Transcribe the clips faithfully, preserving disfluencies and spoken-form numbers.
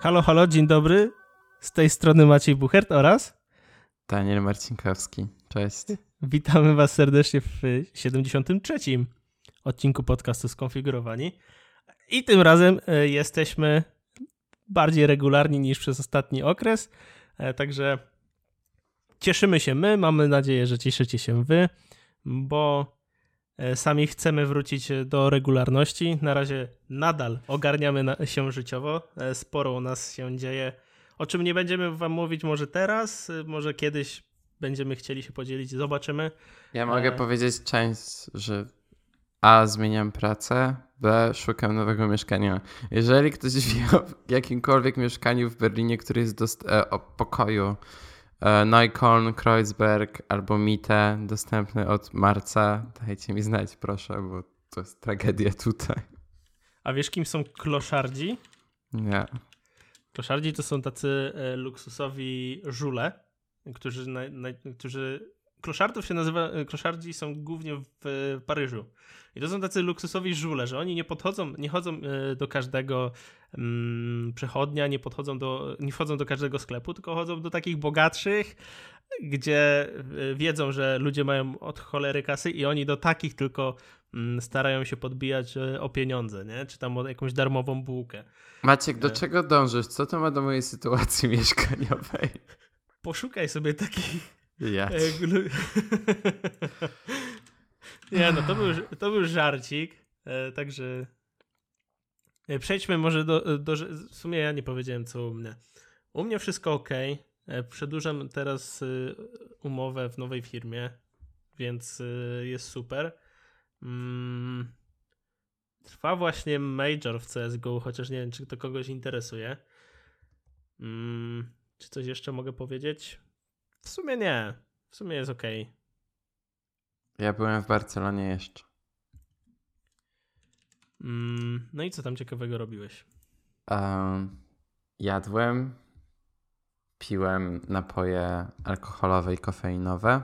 Halo, halo, dzień dobry. Z tej strony Maciej Buchert oraz Daniel Marcinkowski. Cześć. Witamy was serdecznie w siedemdziesiątym trzecim odcinku podcastu Skonfigurowani. I tym razem jesteśmy bardziej regularni niż przez ostatni okres. Także cieszymy się my, mamy nadzieję, że cieszycie się wy, bo sami chcemy wrócić do regularności. Na razie nadal ogarniamy się życiowo. Sporo u nas się dzieje, o czym nie będziemy wam mówić może teraz, może kiedyś będziemy chcieli się podzielić, zobaczymy. Ja mogę e... powiedzieć część, że A. zmieniam pracę, B. szukam nowego mieszkania. Jeżeli ktoś wie o jakimkolwiek mieszkaniu w Berlinie, który jest dost- e, o pokoju e, Neukölln, Kreuzberg albo Mitte dostępny od marca, dajcie mi znać proszę, bo to jest tragedia tutaj. A wiesz, kim są kloszardzi? Nie. Kloszardzi to są tacy e, luksusowi żule, którzy, na, na, którzy... Kloszardów się nazywa... Kloszardzi są głównie w Paryżu. I to są tacy luksusowi żule, że oni nie podchodzą, nie chodzą e, do każdego mm, przechodnia, nie podchodzą do, nie wchodzą do każdego sklepu, tylko chodzą do takich bogatszych, gdzie wiedzą, że ludzie mają od cholery kasy i oni do takich tylko mm, starają się podbijać o pieniądze, nie? Czy tam o jakąś darmową bułkę. Maciek, do czego dążysz? Co to ma do mojej sytuacji mieszkaniowej? Poszukaj sobie takich... Ja. Nie, no to był, to był żarcik, e, także przejdźmy może do, do... W sumie ja nie powiedziałem, co u mnie. U mnie wszystko ok. Przedłużam teraz umowę w nowej firmie, więc jest super. Mm. Trwa właśnie Major w C S G O, chociaż nie wiem, czy to kogoś interesuje. Mm. Czy coś jeszcze mogę powiedzieć? W sumie nie. W sumie jest ok. Ja byłem w Barcelonie jeszcze. Mm. No i co tam ciekawego robiłeś? Um, jadłem, piłem napoje alkoholowe i kofeinowe.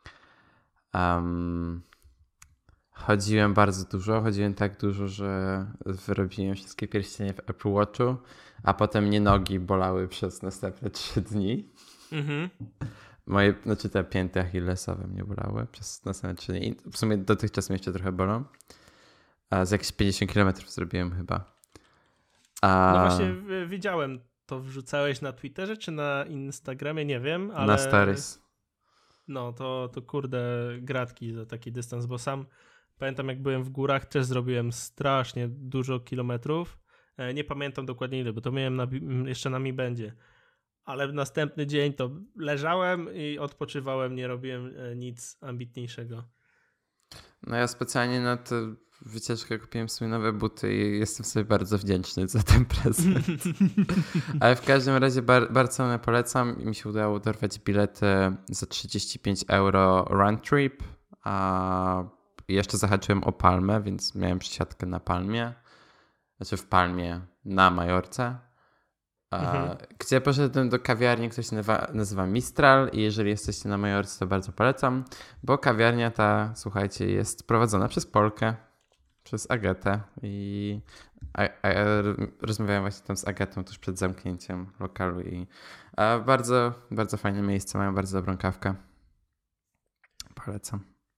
Um, chodziłem bardzo dużo. Chodziłem tak dużo, że wyrobiłem wszystkie pierścienie w Apple Watchu, a potem mnie nogi bolały przez następne trzy dni. Mhm. Moje, znaczy te pięty achillesowe mnie bolały przez następne trzy dni. W sumie dotychczas mnie jeszcze trochę bolą. A z jakieś pięćdziesiąt kilometrów zrobiłem chyba. A... No właśnie widziałem, to wrzucałeś na Twitterze czy na Instagramie, nie wiem, ale... Na Stories. No to, to kurde gratki za taki dystans, bo sam pamiętam jak byłem w górach, też zrobiłem strasznie dużo kilometrów. Nie pamiętam dokładnie ile, bo to miałem na, jeszcze na mi będzie. Ale w następny dzień to leżałem i odpoczywałem, nie robiłem nic ambitniejszego. No ja specjalnie na tę wycieczkę kupiłem sobie nowe buty i jestem sobie bardzo wdzięczny za ten prezent. Ale w każdym razie bar- Barcelonę polecam i mi się udało dorwać bilety za trzydzieści pięć euro round trip, a jeszcze zahaczyłem o Palmę, więc miałem przesiadkę na Palmie, znaczy w Palmie na Majorce. Mhm. Gdzie poszedłem do kawiarni, która się nazywa, nazywa Mistral i jeżeli jesteście na Majorce, to bardzo polecam, bo kawiarnia ta, słuchajcie, jest prowadzona przez Polkę, przez Agatę i a, a, rozmawiałem właśnie tam z Agatą tuż przed zamknięciem lokalu i a bardzo, bardzo fajne miejsce, mają bardzo dobrą kawkę. Polecam.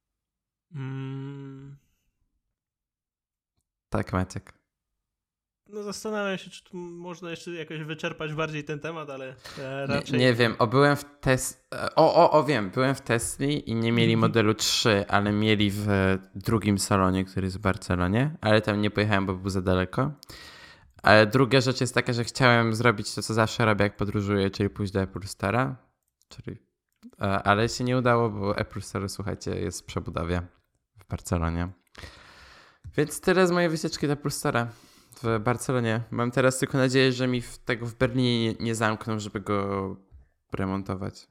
Mm. Tak, Maciek. No zastanawiam się, czy tu można jeszcze jakoś wyczerpać bardziej ten temat, ale raczej... Nie, nie wiem, o byłem w Tes... O, o, o wiem, byłem w Tesli i nie mieli modelu trzy, ale mieli w drugim salonie, który jest w Barcelonie, ale tam nie pojechałem, bo był za daleko. Ale druga rzecz jest taka, że chciałem zrobić to, co zawsze robię, jak podróżuję, czyli pójść do Apple Store'a, czyli... ale się nie udało, bo Apple Store, słuchajcie, jest w przebudowie w Barcelonie. Więc tyle z mojej wycieczki do Apple Store'a w Barcelonie. Mam teraz tylko nadzieję, że mi w tego w Berlinie nie, nie zamkną, żeby go remontować.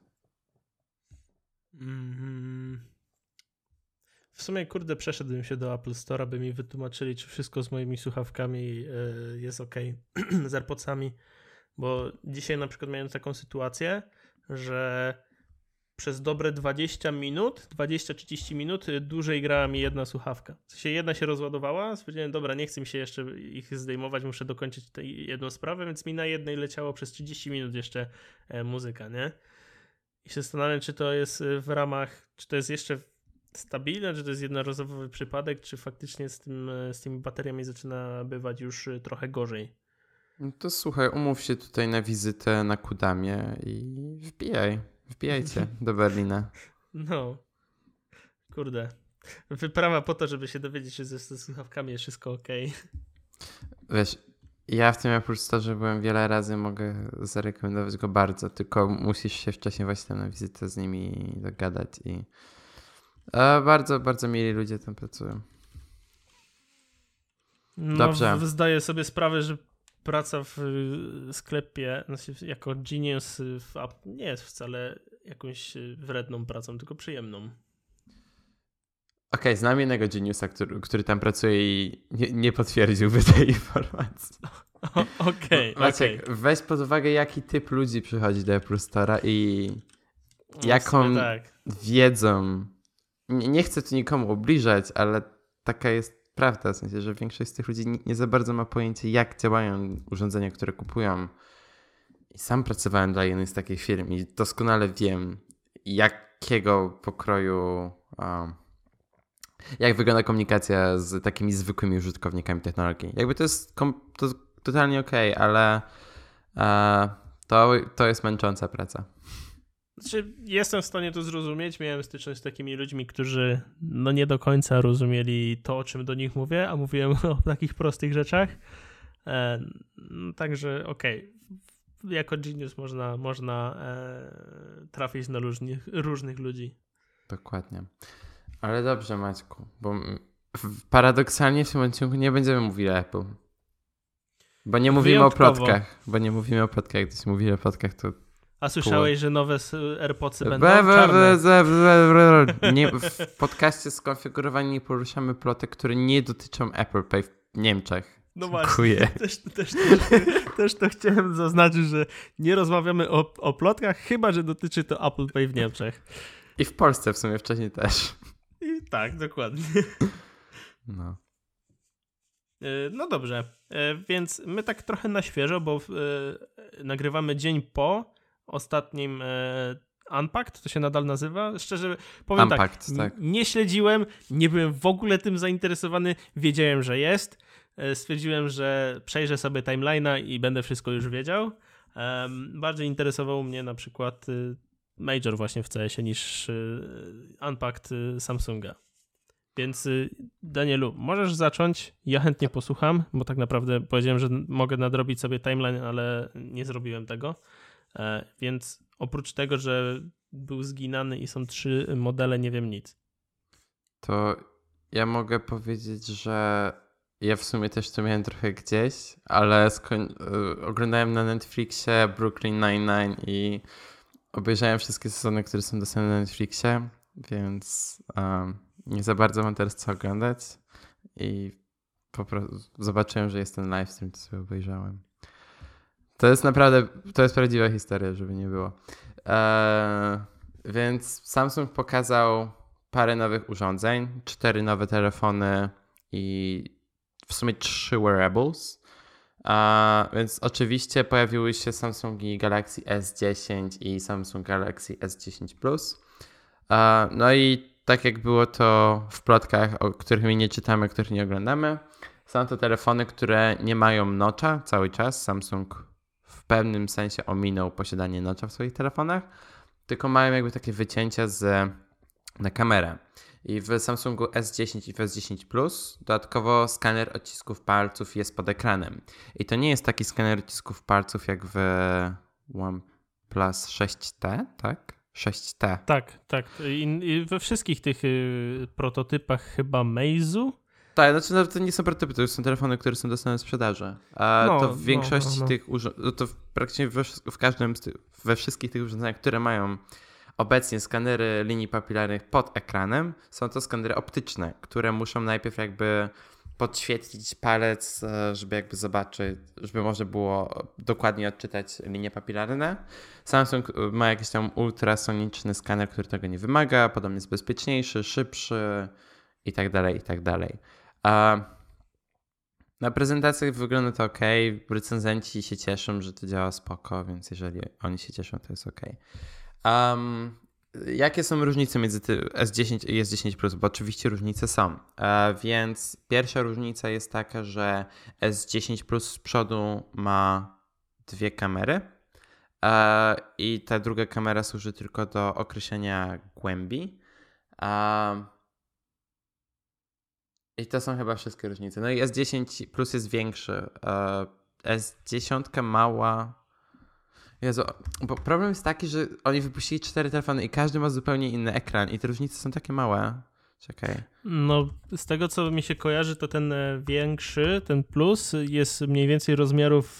Mm-hmm. W sumie, kurde, przeszedłem się do Apple Store'a, by mi wytłumaczyli, czy wszystko z moimi słuchawkami y, jest ok, z AirPodsami, bo dzisiaj na przykład miałem taką sytuację, że przez dobre dwadzieścia minut, dwadzieścia trzydzieści minut dłużej grała mi jedna słuchawka. W sensie jedna się rozładowała, stwierdziłem, dobra, nie chcę mi się jeszcze ich zdejmować, muszę dokończyć tę jedną sprawę, więc mi na jednej leciało przez trzydzieści minut jeszcze e, muzyka, nie? I się zastanawiam, czy to jest w ramach, czy to jest jeszcze stabilne, czy to jest jednorazowy przypadek, czy faktycznie z, tym, z tymi bateriami zaczyna bywać już trochę gorzej. No to słuchaj, umów się tutaj na wizytę na Kudamie i wbijaj, wbijajcie do Berlina. No, kurde. Wyprawa po to, żeby się dowiedzieć, że ze słuchawkami jest wszystko okej. Wiesz, ja w tym Apple Store byłem wiele razy, mogę zarekomendować go bardzo, tylko musisz się wcześniej właśnie tam na wizytę z nimi dogadać i e, bardzo, bardzo mili ludzie tam pracują. No, Dobrze. w, zdaję sobie sprawę, że praca w sklepie, znaczy jako genius w, nie jest wcale jakąś wredną pracą, tylko przyjemną. Okej, okay, znam jednego geniusa, który, który tam pracuje i nie, nie potwierdziłby tej informacji. Okej, okay, Maciek, okay. weź pod uwagę, jaki typ ludzi przychodzi do Apple Store'a i no, jaką tak. wiedzą. Nie, nie chcę tu nikomu ubliżać, ale taka jest prawda, w sensie, że większość z tych ludzi nie, nie za bardzo ma pojęcia, jak działają urządzenia, które kupują. I sam pracowałem dla jednej z takich firm i doskonale wiem, jakiego pokroju, um, jak wygląda komunikacja z takimi zwykłymi użytkownikami technologii. Jakby to jest kom- to totalnie okej, okay, ale uh, to, to jest męcząca praca. Znaczy, jestem w stanie to zrozumieć. Miałem styczność z takimi ludźmi, którzy no nie do końca rozumieli to, o czym do nich mówię, a mówiłem o takich prostych rzeczach. E, także okej. Okay. Jako genius można, można e, trafić na różnych, różnych ludzi. Dokładnie. Ale dobrze, Maćku, bo paradoksalnie w tym odcinku nie będziemy mówili o Apple. Bo nie mówimy Wyjątkowo. o plotkach. Bo nie mówimy o plotkach. Jak ktoś mówi o plotkach, to... A słyszałeś, że nowe AirPodsy będą czarne? Nie, w podcaście Skonfigurowani nie poruszamy plotek, które nie dotyczą Apple Pay w Niemczech. No właśnie, też, też, też, też to chciałem zaznaczyć, że nie rozmawiamy o, o plotkach, chyba że dotyczy to Apple Pay w Niemczech. I w Polsce w sumie wcześniej też. I tak, dokładnie. No. No dobrze, więc my tak trochę na świeżo, bo nagrywamy dzień po ostatnim Unpacked, to się nadal nazywa. Szczerze powiem Unpacked, tak, tak, nie śledziłem, nie byłem w ogóle tym zainteresowany, wiedziałem, że jest. Stwierdziłem, że przejrzę sobie timeline'a i będę wszystko już wiedział. Bardziej interesował mnie na przykład Major właśnie w C S-ie niż Unpacked Samsunga. Więc Danielu, możesz zacząć, ja chętnie posłucham, bo tak naprawdę powiedziałem, że mogę nadrobić sobie timeline, ale nie zrobiłem tego. Więc oprócz tego, że był zginany i są trzy modele, nie wiem nic. To ja mogę powiedzieć, że ja w sumie też to miałem trochę gdzieś, ale skoń- oglądałem na Netflixie Brooklyn Nine-Nine i obejrzałem wszystkie sezony, które są dostępne na Netflixie, więc um, nie za bardzo mam teraz co oglądać i po prostu zobaczyłem, że jest ten livestream, to sobie obejrzałem. To jest naprawdę, to jest prawdziwa historia, żeby nie było. Eee, więc Samsung pokazał parę nowych urządzeń, cztery nowe telefony i w sumie trzy wearables. Eee, więc oczywiście pojawiły się Samsungi Galaxy S dziesięć i Samsung Galaxy S dziesięć Plus. Eee, no i tak jak było to w plotkach, o których my nie czytamy, których nie oglądamy, są to telefony, które nie mają notcha cały czas. Samsung w pewnym sensie ominął posiadanie notcha w swoich telefonach, tylko mają jakby takie wycięcia z, na kamerę. I w Samsungu S dziesięć i w S dziesięć Plus dodatkowo skaner odcisków palców jest pod ekranem. I to nie jest taki skaner odcisków palców jak w OnePlus sześć T, tak? sześć T. Tak, tak. I, i we wszystkich tych y, prototypach chyba Meizu. Tak, znaczy no, to nie są prototypy, to już są telefony, które są dostępne w sprzedaży. A no, to w większości no, no. tych urządzeń, to w, praktycznie we, w każdym z tych, we wszystkich tych urządzeniach, które mają obecnie skanery linii papilarnych pod ekranem, są to skanery optyczne, które muszą najpierw jakby podświetlić palec, żeby jakby zobaczyć, żeby można było dokładnie odczytać linie papilarne. Samsung ma jakiś tam ultrasoniczny skaner, który tego nie wymaga, podobnie jest bezpieczniejszy, szybszy i tak dalej, i tak dalej. A na prezentacjach wygląda to ok, recenzenci się cieszą, że to działa spoko, więc jeżeli oni się cieszą, to jest ok. Um, Jakie są różnice między S dziesięć i S dziesięć Plus? Bo oczywiście różnice są. E, więc pierwsza różnica jest taka, że S dziesięć Plus z przodu ma dwie kamery e, i ta druga kamera służy tylko do określenia głębi. E, I to są chyba wszystkie różnice. No i S dziesięć Plus jest większy. E, S dziesięć mała... Jezu, bo problem jest taki, że oni wypuścili cztery telefony i każdy ma zupełnie inny ekran i te różnice są takie małe. Czekaj. No, z tego co mi się kojarzy, to ten większy, ten Plus jest mniej więcej rozmiarów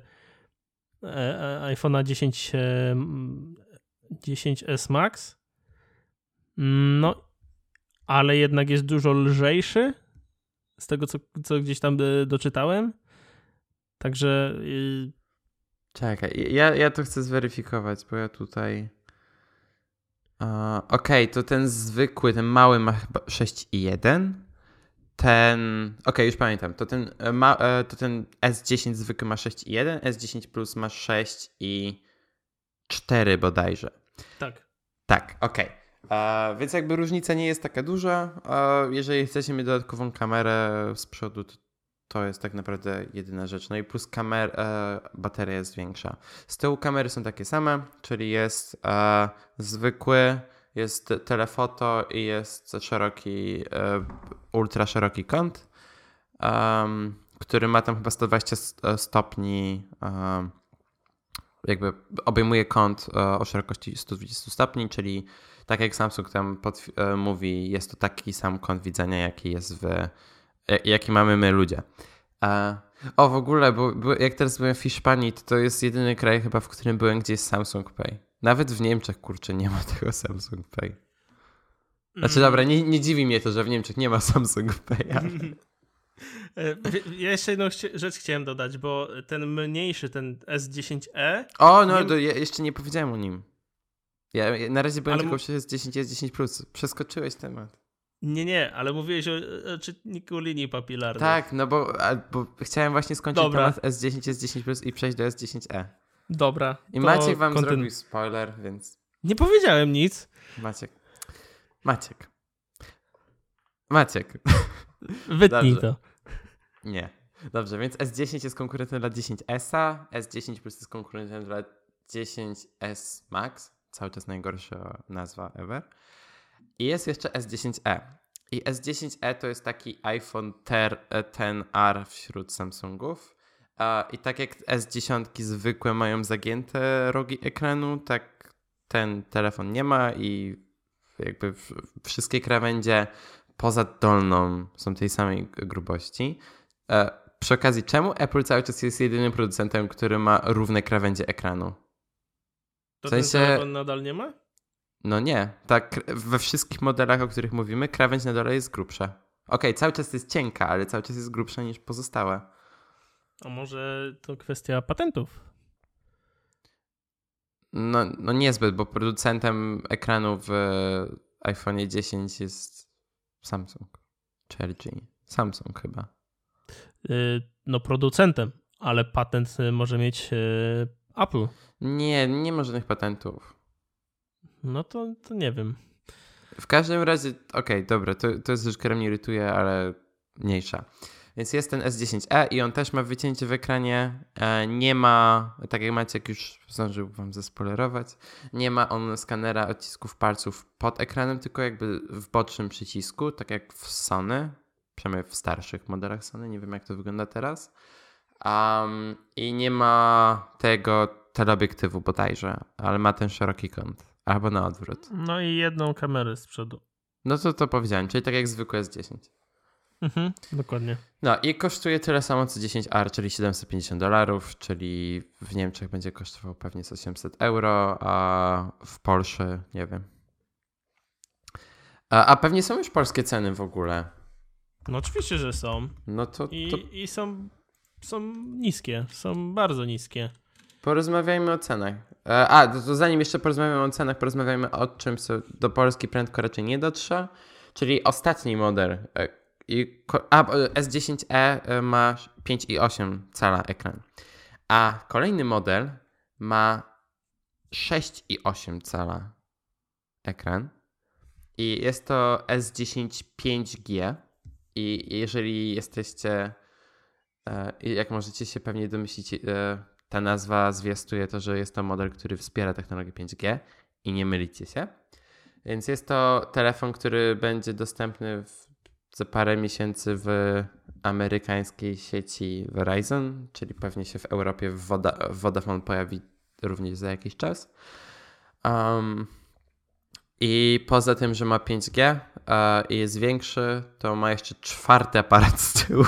iPhone'a dziesięć, dziesięć S Max. No, ale jednak jest dużo lżejszy z tego co, co gdzieś tam doczytałem. Także... Czekaj, ja, ja to chcę zweryfikować, bo ja tutaj... Uh, Okej, okay, to ten zwykły, ten mały ma chyba sześć i jeden. Ten... Okej, okay, już pamiętam. To ten, ma, to ten S dziesięć zwykły ma sześć i jeden, S dziesięć Plus ma sześć i cztery bodajże. Tak. Tak, okej. Okay. Więc jakby różnica nie jest taka duża. Uh, jeżeli chcecie mieć dodatkową kamerę z przodu, to to jest tak naprawdę jedyna rzecz. No i plus kamer, e, bateria jest większa. Z tyłu kamery są takie same, czyli jest e, zwykły, jest telefoto i jest szeroki, e, ultra szeroki kąt, um, który ma tam chyba sto dwadzieścia stopni, um, jakby obejmuje kąt e, o szerokości sto dwadzieścia stopni, czyli tak jak Samsung tam pod, e, mówi, jest to taki sam kąt widzenia, jaki jest w jaki mamy my ludzie. Uh, o, w ogóle, bo, bo jak teraz byłem w Hiszpanii, to to jest jedyny kraj chyba, w którym byłem, gdzie jest Samsung Pay. Nawet w Niemczech, kurczę, nie ma tego Samsung Pay. Znaczy, dobra, nie, nie dziwi mnie to, że w Niemczech nie ma Samsung Pay. Ale... Ja jeszcze jedną rzecz chciałem dodać, bo ten mniejszy, ten S dziesięć e... O, no, nie... to ja jeszcze nie powiedziałem o nim. Ja na razie byłem ale tylko mu... przy S dziesięć, S dziesięć Plus. Przeskoczyłeś temat. Nie, nie, ale mówiłeś o, o czytniku linii papilarnych. Tak, no bo, a, bo chciałem właśnie skończyć Dobra. temat S dziesięć, S dziesięć Plus i przejść do S dziesięć e. Dobra. I Maciek wam kontyn... zrobił spoiler, więc... Nie powiedziałem nic. Maciek. Maciek. Maciek. Wytnij Dobrze. to. Nie. Dobrze, więc S dziesięć jest konkurentem dla dziesięć S-a, S dziesięć Plus jest konkurentem dla dziesięć S Max, cały czas najgorsza nazwa ever. I jest jeszcze S dziesięć e. I S dziesięć e to jest taki iPhone X R wśród Samsungów. I tak jak S dziesięć zwykłe mają zagięte rogi ekranu, tak ten telefon nie ma i jakby wszystkie krawędzie poza dolną są tej samej grubości. Przy okazji, czemu Apple cały czas jest jedynym producentem, który ma równe krawędzie ekranu? To w sensie... ten telefon nadal nie ma? No nie. Tak, we wszystkich modelach, o których mówimy, krawędź na dole jest grubsza. Okej, okay, cały czas jest cienka, ale cały czas jest grubsza niż pozostałe. A może to kwestia patentów? No, no niezbyt, bo producentem ekranu w iPhone dziesięć jest Samsung. Czy L G? Samsung chyba. Yy, no producentem, ale patent może mieć yy, Apple. Nie, nie ma żadnych patentów. No to, to nie wiem. W każdym razie, okej, okay, dobra, to, to jest rzecz, która mnie irytuje, ale mniejsza. Więc jest ten S dziesięć e i on też ma wycięcie w ekranie. E, nie ma, tak jak Maciek już zdążył wam zaspoilerować, nie ma on skanera odcisków palców pod ekranem, tylko jakby w bocznym przycisku, tak jak w Sony, przynajmniej w starszych modelach Sony, nie wiem jak to wygląda teraz. Um, I nie ma tego teleobiektywu bodajże, ale ma ten szeroki kąt. Albo na odwrót. No i jedną kamerę z przodu. No to to powiedziałem, czyli tak jak zwykłe S dziesięć. Mhm, dokładnie. No i kosztuje tyle samo co dziesięć R, czyli siedemset pięćdziesiąt dolarów, czyli w Niemczech będzie kosztował pewnie z osiemset euro, a w Polsce nie wiem. A, a pewnie są już polskie ceny w ogóle. No oczywiście, że są. No to, I, to... i są, są niskie, są bardzo niskie. Porozmawiajmy o cenach. E, a, to, to zanim jeszcze porozmawiamy o cenach, porozmawiajmy o czym co do Polski prędko raczej nie dotrze, czyli ostatni model. E, i, a, S dziesięć e ma pięć i osiem cala ekran, a kolejny model ma sześć i osiem cala ekran i jest to S dziesięć pięć G i jeżeli jesteście, e, jak możecie się pewnie domyślić, e, ta nazwa zwiastuje to, że jest to model, który wspiera technologię pięć G i nie mylicie się. Więc jest to telefon, który będzie dostępny w, za parę miesięcy w amerykańskiej sieci Verizon, czyli pewnie się w Europie w Voda, Vodafone pojawi również za jakiś czas. Um, I poza tym, że ma pięć G uh, i jest większy, to ma jeszcze czwarty aparat z tyłu.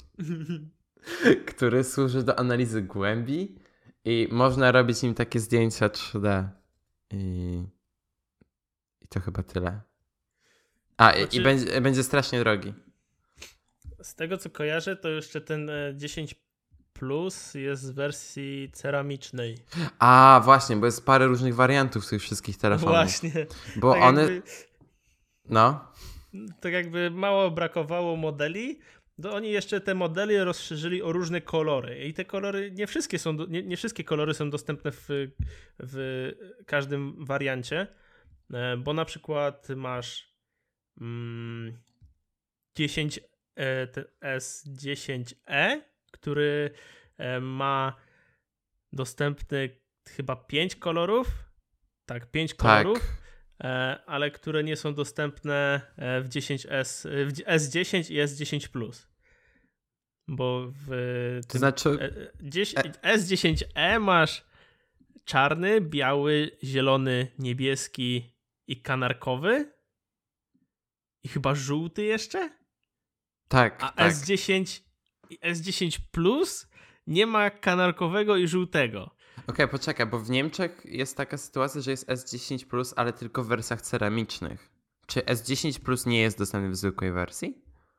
który służy do analizy głębi i można robić nim takie zdjęcia trzy D. I, I to chyba tyle. A, znaczy, i będzie, będzie strasznie drogi. Z tego co kojarzę, to jeszcze ten dziesięć Plus jest w wersji ceramicznej. A, właśnie, bo jest parę różnych wariantów tych wszystkich telefonów. Właśnie. Bo tak one... Jakby, no. Tak jakby mało brakowało modeli, to oni jeszcze te modele rozszerzyli o różne kolory i te kolory, nie wszystkie są, nie, nie wszystkie kolory są dostępne w, w każdym wariancie, bo na przykład masz mm, dziesięć, S dziesięć e, który ma dostępny chyba pięć kolorów, tak, pięć kolorów, tak. Ale które nie są dostępne w dziesięć S, w S dziesięć i S dziesięć Plus. Bo w to tym znaczy... S dziesięć e masz czarny, biały, zielony, niebieski i kanarkowy i chyba żółty jeszcze? Tak, A tak. S dziesięć i S dziesięć Plus nie ma kanarkowego i żółtego. Okej, okay, poczekaj, bo w Niemczech jest taka sytuacja, że jest S dziesięć Plus, ale tylko w wersjach ceramicznych. Czy S dziesięć Plus nie jest dostępny w zwykłej wersji?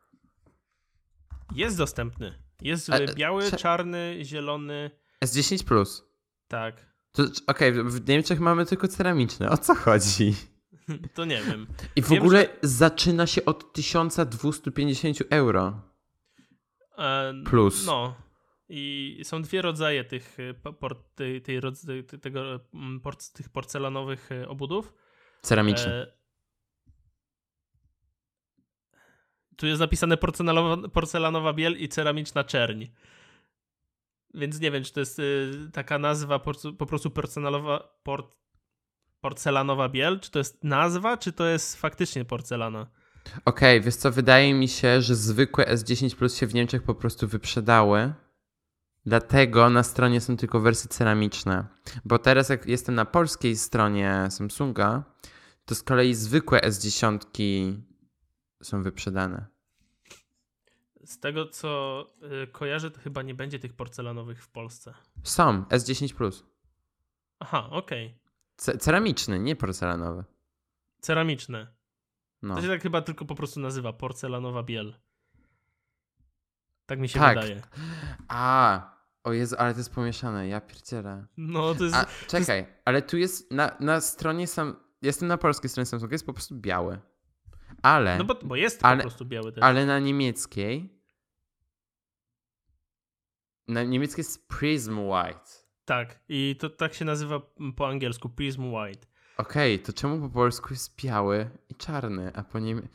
Jest dostępny. Jest A, biały, cze... czarny, zielony. S dziesięć Plus? Tak. Okej, okay, w Niemczech mamy tylko ceramiczne. O co chodzi? To nie wiem. I w wiem, ogóle że... zaczyna się od tysiąc dwieście pięćdziesiąt euro. E, Plus. No. I są dwie rodzaje tych, por, tej, tej, tego, por, tych porcelanowych obudów. Ceramiczne. E, tu jest napisane porcelanowa, porcelanowa biel i ceramiczna czerń. Więc nie wiem, czy to jest y, taka nazwa po, po prostu porcelanowa, por, porcelanowa biel, czy to jest nazwa, czy to jest faktycznie porcelana. Okej, okay, wiesz co, wydaje mi się, że zwykłe S dziesięć Plus się w Niemczech po prostu wyprzedały. Dlatego na stronie są tylko wersje ceramiczne. Bo teraz jak jestem na polskiej stronie Samsunga, to z kolei zwykłe S dziesięć są wyprzedane. Z tego co y, kojarzę, to chyba nie będzie tych porcelanowych w Polsce. Są, S dziesięć Plus. Aha, okej. Okay. C- ceramiczny, nie porcelanowy. Ceramiczne. No. To się tak chyba tylko po prostu nazywa porcelanowa biel. Tak mi się tak. wydaje. A, o Jezu, ale to jest pomieszane, ja pierdzielę. No to jest... A, czekaj, to jest... ale tu jest na, na stronie sam, jestem na polskiej stronie Samsunga, jest po prostu biały. Ale... No bo, bo jest ale, po prostu biały też. Ale na niemieckiej na niemieckiej jest Prism White. Tak, i to tak się nazywa po angielsku, Prism White. Okej, okay, to czemu po polsku jest biały i czarny, a po niemiecku...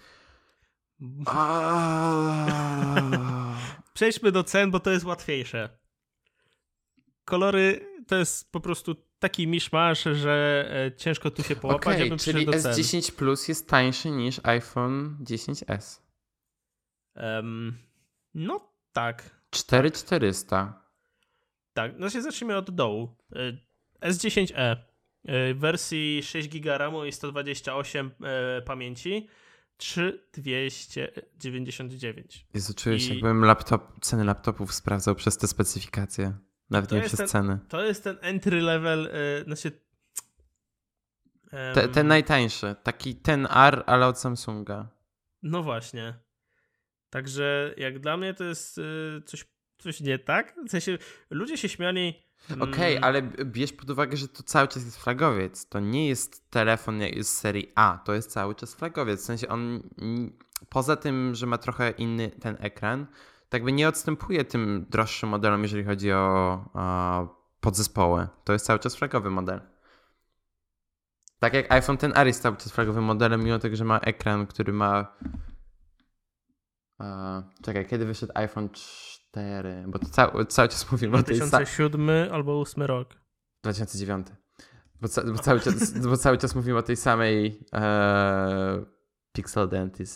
Przejdźmy do cen, bo to jest łatwiejsze. Kolory to jest po prostu taki miszmasz, że ciężko tu się połapać. Okej, ja bym czyli do S cen. dziesięć Plus jest tańszy niż iPhone dziesięć S. Um, no tak. cztery tysiące czterysta. Tak, no się zacznijmy od dołu. S dziesięć e w wersji sześć giga ramu i sto dwadzieścia osiem e, pamięci, trzy tysiące dwieście dziewięćdziesiąt dziewięć. Jezu, czuję się, I... jakbym laptop, ceny laptopów sprawdzał przez te specyfikacje. Nawet to nie przez ten, ceny. To jest ten entry level, e, znaczy... Um... Te, ten najtańszy, taki ten R, ale od Samsunga. No właśnie. Także jak dla mnie to jest y, coś, coś nie tak. W sensie ludzie się śmiali. Mm... Okej, okay, ale bierz pod uwagę, że to cały czas jest flagowiec. To nie jest telefon z serii A, to jest cały czas flagowiec. W sensie on poza tym, że ma trochę inny ten ekran, tak by nie odstępuje tym droższym modelom, jeżeli chodzi o, o podzespoły. To jest cały czas flagowy model. Tak jak iPhone X R jest cały czas flagowym modelem, mimo tego, że ma ekran, który ma... Uh, czekaj, kiedy wyszedł iPhone cztery? Bo to cały, cały czas mówimy o tej... dwa tysiące siódmy albo ósmy rok. dwa tysiące dziewiąty. Bo, ca, bo, cały, czas, bo cały czas mówimy o tej samej uh, Pixel Dentist.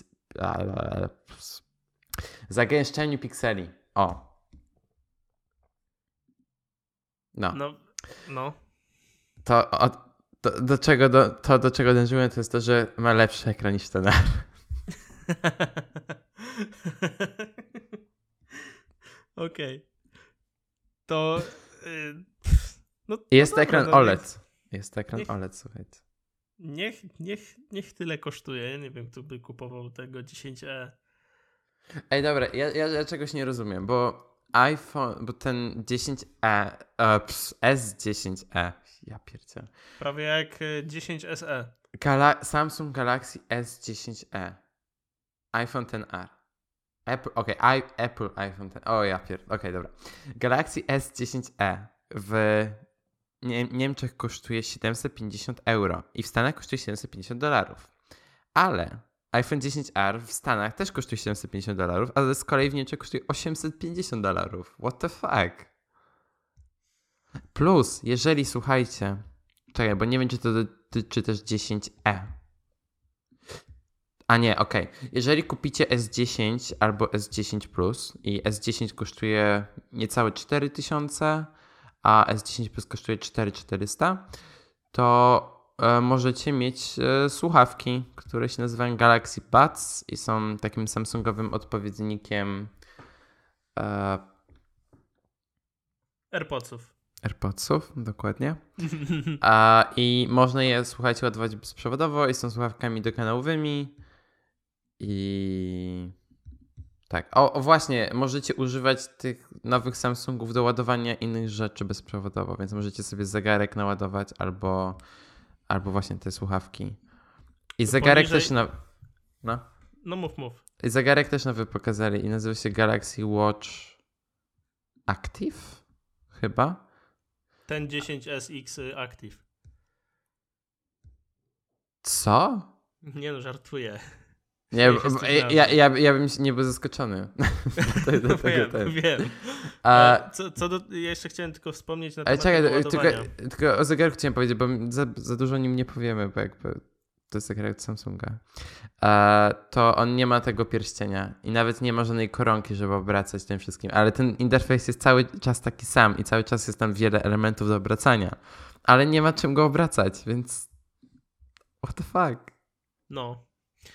Zagęszczeniu pikseli. O. No. No. no. To, o, to, do czego, do, to, do czego dążyłem, to jest to, że ma lepszy ekran niż ten. Okej. Okay. To... Yy, no, jest no ekran dobra, O L E D. Niech, jest ekran niech, O L E D, słuchajcie. Niech, niech, niech tyle kosztuje. Nie wiem, kto by kupował tego dziesięć E. Ej, dobra, ja, ja, ja czegoś nie rozumiem, bo iPhone, bo ten dziesięć E, uh, ps, S dziesięć E, ja pierdzielę. Prawie jak dziesięć S E. Gala- Samsung Galaxy S dziesięć E, iPhone X R, Apple, okej, okay, Apple iPhone X, o ja pierd, okej, okay, dobra. Galaxy S dziesięć E w Nie- Niemczech kosztuje siedemset pięćdziesiąt euro i w Stanach kosztuje siedemset pięćdziesiąt dolarów, ale iPhone dziesięć R w Stanach też kosztuje siedemset pięćdziesiąt dolarów, ale z kolei w Niemczech kosztuje osiemset pięćdziesiąt dolarów. What the fuck? Plus, jeżeli słuchajcie, czekaj, bo nie wiem, czy to dotyczy też dziesięć E. A nie, okej. Okay. Jeżeli kupicie S dziesięć albo S dziesięć Plus i S dziesięć kosztuje niecałe cztery tysiące, a S dziesięć Plus kosztuje cztery tysiące czterysta, to możecie mieć e, słuchawki, które się nazywają Galaxy Buds i są takim samsungowym odpowiednikiem e, AirPodsów. AirPodsów, dokładnie. A, I można je, słuchajcie, ładować bezprzewodowo i są słuchawkami dokanałowymi i tak. O, o właśnie, możecie używać tych nowych Samsungów do ładowania innych rzeczy bezprzewodowo, więc możecie sobie zegarek naładować albo Albo właśnie te słuchawki. I zegarek Poniżej... też na... No. no mów, mów. I zegarek też nowy pokazali i nazywa się Galaxy Watch Active? Chyba? Ten dziesięć S X Active. Co? Nie no, żartuję. Nie, ja, ja, ja, ja bym nie był zaskoczony. do, do, do wiem, tego, wiem. A... Co, co do... Ja jeszcze chciałem tylko wspomnieć na temat czekaj, tylko, tylko o zegarku chciałem powiedzieć, bo za, za dużo o nim nie powiemy, bo jakby to jest zegarek od Samsunga. A, to on nie ma tego pierścienia i nawet nie ma żadnej koronki, żeby obracać tym wszystkim, ale ten interfejs jest cały czas taki sam i cały czas jest tam wiele elementów do obracania, ale nie ma czym go obracać, więc what the fuck? No.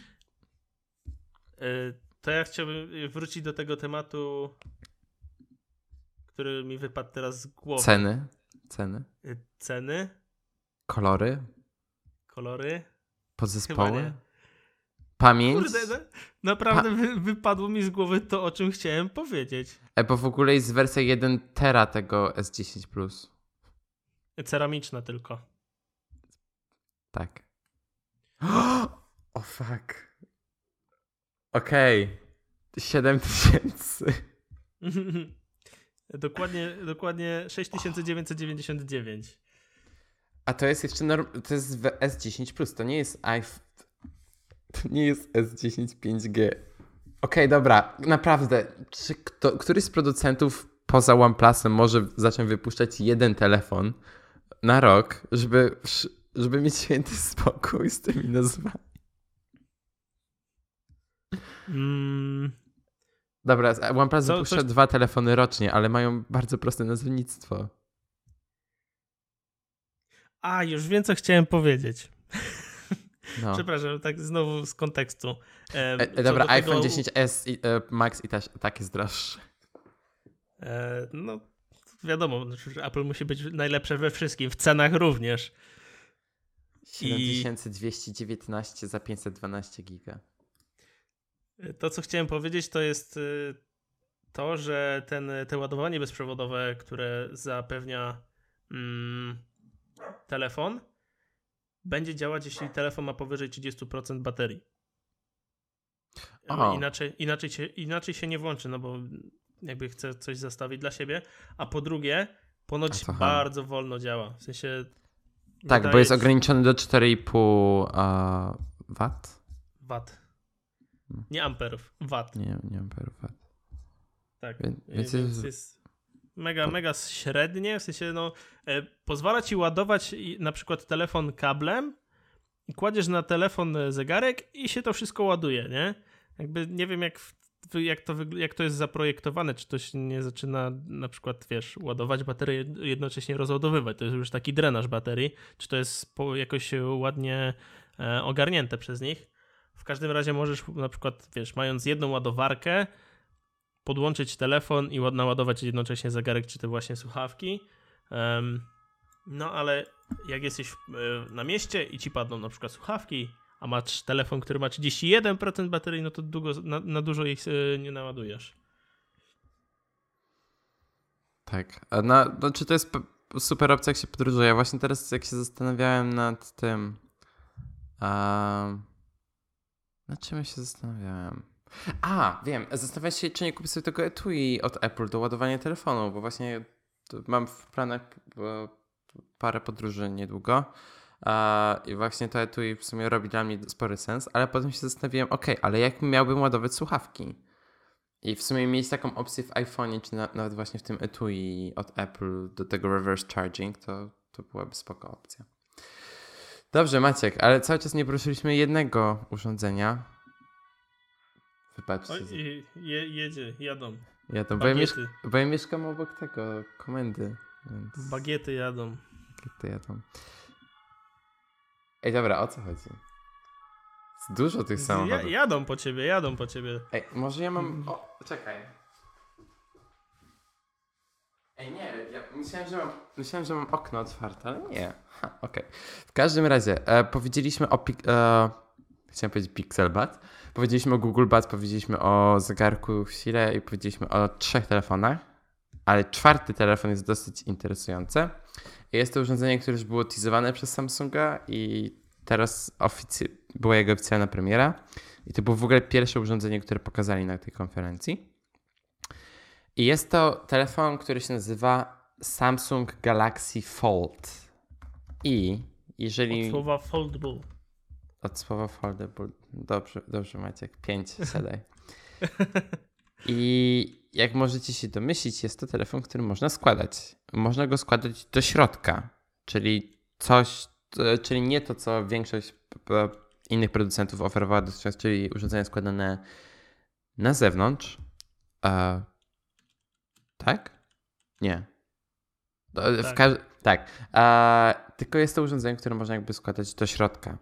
To ja chciałbym wrócić do tego tematu, który mi wypadł teraz z głowy. Ceny. Ceny. Ceny. Kolory. Kolory. Podzespoły. Pamięć. Kurde, no, naprawdę pa- wy, wypadło mi z głowy to, o czym chciałem powiedzieć. E, bo w ogóle jest wersja jeden tera tego S dziesięć Plus. Ceramiczna tylko. Tak. O oh, fuck. Okej. Okay. siedem tysięcy. dokładnie, dokładnie sześć tysięcy dziewięćset dziewięćdziesiąt dziewięć. A to jest jeszcze norm- to jest S dziesięć Plus, to nie jest iPhone. To nie jest S dziesięć pięć G. Okej, okay, dobra, naprawdę. Czy kto, któryś z producentów poza OnePlusem może zacząć wypuszczać jeden telefon na rok, żeby, żeby mieć święty spokój z tymi nazwami? Mm. Dobra, OnePlus Co, wypuszcza coś... dwa telefony rocznie, ale mają bardzo proste nazewnictwo. A, już wiem, co chciałem powiedzieć. No. Przepraszam, tak znowu z kontekstu. E, e, dobra, iPhone tego... dziesięć S i, e, Max i też tak jest droższy. E, no, wiadomo, Apple musi być najlepsze we wszystkim, w cenach również. siedem tysięcy dwieście dziewiętnaście za pięćset dwanaście giga. To, co chciałem powiedzieć, to jest to, że ten, te ładowanie bezprzewodowe, które zapewnia mm, telefon, będzie działać, jeśli telefon ma powyżej trzydzieści procent baterii. O. Inaczej, inaczej, się, inaczej się nie włączy, no bo jakby chcę coś zastawić dla siebie. A po drugie, ponoć bardzo wolno działa. W sensie... Tak, bo jest ograniczony do cztery i pół uh, wat? Wat. Nie amperów, wat. Nie, nie amperów, wat. Tak, więc, więc jest... jest mega, mega średnie, w sensie no e, pozwala ci ładować na przykład telefon kablem i kładziesz na telefon zegarek i się to wszystko ładuje, nie? Jakby nie wiem jak, jak, to, jak to jest zaprojektowane, czy to się nie zaczyna na przykład, wiesz, ładować baterię, jednocześnie rozładowywać, to jest już taki drenaż baterii, czy to jest po, jakoś ładnie e, ogarnięte przez nich. W każdym razie możesz na przykład, wiesz, mając jedną ładowarkę, podłączyć telefon i naładować jednocześnie zegarek, czy te właśnie słuchawki. Um, no ale jak jesteś w, na mieście i ci padną na przykład słuchawki, a masz telefon, który ma trzydzieści jeden procent baterii, no to długo, na, na dużo ich nie naładujesz. Tak. A na, no, czy to jest super opcja, jak się podróżuje? Ja właśnie teraz, jak się zastanawiałem nad tym... Um, nad czym ja się zastanawiałem? A, wiem. Zastanawiam się, czy nie kupię sobie tego etui od Apple do ładowania telefonu, bo właśnie mam w planach parę podróży niedługo i właśnie to etui w sumie robi dla mnie spory sens, ale potem się zastanawiałem, ok, ale jak miałbym ładować słuchawki? I w sumie mieć taką opcję w iPhone'ie, czy na, nawet właśnie w tym etui od Apple do tego reverse charging, to, to byłaby spoko opcja. Dobrze, Maciek, ale cały czas nie poruszyliśmy jednego urządzenia. Wybaczcie. Oj, je, jedzie, jadą. Jadą, bo ja, mieszka, bo ja mieszkam obok tego, komendy. Więc... Bagiety jadą. Bagiety jadą. Ej, dobra, o co chodzi? Jest dużo tych samochodów. Ja, jadą po ciebie, jadą po ciebie. Ej, może ja mam... O, czekaj. Ej, nie, ja myślałem, że mam, myślałem, że mam okno otwarte, ale nie. Ha, okej. Okay. W każdym razie, e, powiedzieliśmy o... Pik- e, chciałem powiedzieć Pixelbud. Powiedzieliśmy o Google Buds, powiedzieliśmy o zegarku w sile i powiedzieliśmy o trzech telefonach, ale czwarty telefon jest dosyć interesujący. Jest to urządzenie, które już było teasowane przez Samsunga i teraz oficy- była jego oficjalna premiera. I to było w ogóle pierwsze urządzenie, które pokazali na tej konferencji. I jest to telefon, który się nazywa Samsung Galaxy Fold. I jeżeli... Od słowa foldable. Od słowa foldable. Dobrze, dobrze Maciek. Pięć siadaj. I jak możecie się domyślić, jest to telefon, który można składać. Można go składać do środka, czyli coś, czyli nie to, co większość innych producentów oferowała dotychczas, czyli urządzenia składane na zewnątrz. Uh, tak? Nie. W tak. Ka- tak. Uh, tylko jest to urządzenie, które można jakby składać do środka.